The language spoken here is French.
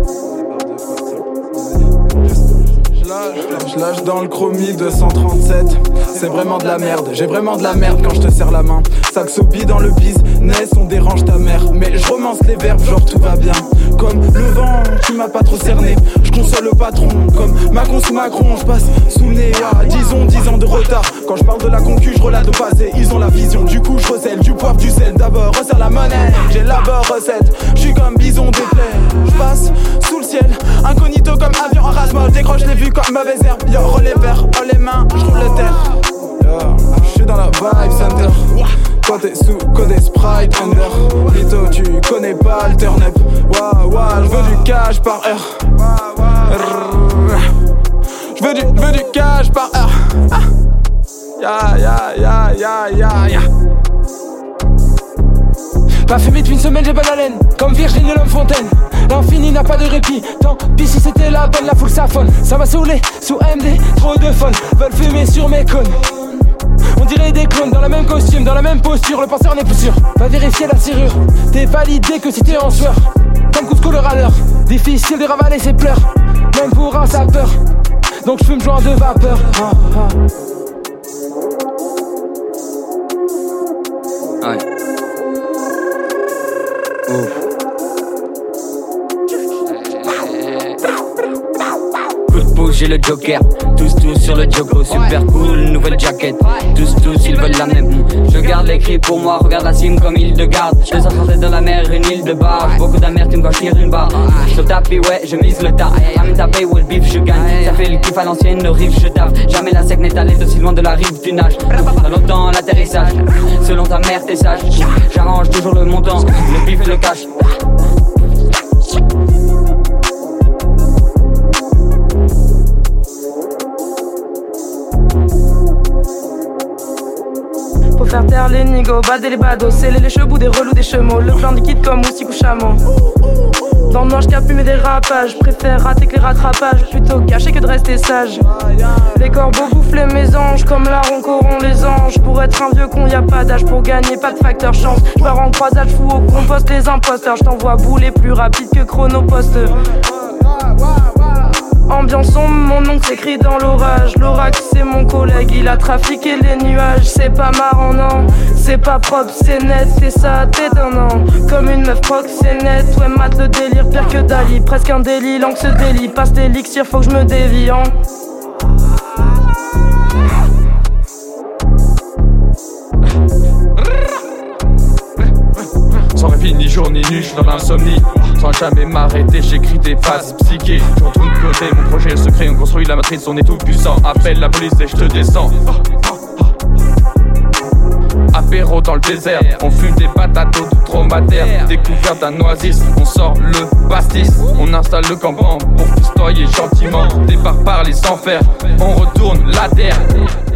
Je lâche dans le chromie 237. C'est vraiment de la merde, j'ai vraiment de la merde quand je te serre la main. Saxobi dans le business, on dérange ta mère. Mais je romance les verbes, genre tout va bien. Comme le vent, tu m'as pas trop cerné. Je console le patron, comme Macron sous Macron. Je passe sous le nez, disons 10 ans de retard. Quand je parle de la concu, je relate le passé. Ils ont la vision, du coup je recèle du poivre, du sel. D'abord resserre la monnaie, j'ai la bonne recette. Je suis comme bison des plaies. Je passe sous le ciel, incognito comme avion en rasmol. Décroche les vues comme mauvaise herbe. Yo, relais vert, oh les mains, je roule le terre. Je suis dans la vibe center. Toi t'es sous codé Sprite under. Lito tu connais pas le turn up. Wouah, je veux du cash par heure. Je veux du cash par heure. Ya. Pas fumé depuis une semaine, j'ai bonne haleine. Comme Virginie l'homme fontaine. L'infini n'a pas de répit. Tant pis si c'était la bonne, la foule s'affone. Ça m'a saoulé sous MD, trop de fun. Veulent fumer sur mes cônes. On dirait des clones dans le même costume, dans la même posture. Le penseur n'est plus sûr. Va vérifier la serrure. T'es validé que si t'es en sueur. Comme Cusco le râleur. Difficile de ravaler ses pleurs. Même pour un sapeur. Donc j'fume joint de vapeur. Ouais. Coup de pouce, j'ai le joker. Tous sur le Joko. Super cool, nouvelle jaquette. Tous ils veulent la même. Je garde les cris pour moi, regarde la cime comme île de garde. 230 dans la mer, une île de barge. Beaucoup d'amertume quand je tire une barre. Sur le tapis, ouais, je mise le tas. I'm tapé ou le bif, je gagne. Ça fait le kiff à l'ancienne, le riff, je taffe. Jamais la sec n'est allée d'aussi loin de la rive du nage. Dans longtemps l'atterrissage. Selon ta mère, t'es sage. J'arrange toujours le montant, le bif et le cash. Faut faire taire les nigos, bader les badauds, sceller les chevaux des relous des chemeaux. Le plan liquide comme moustique ou chameau. Dans le noir je capte mes dérapages. Préfère rater que les rattrapages. Plutôt gâcher que de rester sage. Les corbeaux bouffent les mésanges. Comme la roncoront les anges. Pour être un vieux con y'a pas d'âge pour gagner, pas de facteur chance. J'pars en croisade, j'fous au compost les imposteurs. J't'envoie bouler plus rapide que chronopost. Ambiance sombre, mon nom s'écrit dans l'orage. L'oracle c'est mon collègue, il a trafiqué les nuages. C'est pas marrant non, c'est pas propre, c'est net. C'est ça, t'es un an, comme une meuf proc, c'est net. Ouais mate le délire, pire que Dali. Presque un délit, langue se délie. Passe l'élixir, faut que je me dévie hein. Sans répit ni jour ni nuit, je suis dans l'insomnie. Sans jamais m'arrêter, j'écris des phases psychées. Je retourne de côté, mon projet est secret. On construit la matrice, on est tout puissant. Appelle la police et je te descends. Apéro dans le désert, on fume des patatos de dromadaire. Découverte d'un oasis, on sort le pastis. On installe le campement pour festoyer gentiment. Départ par les enfers, on retourne la terre.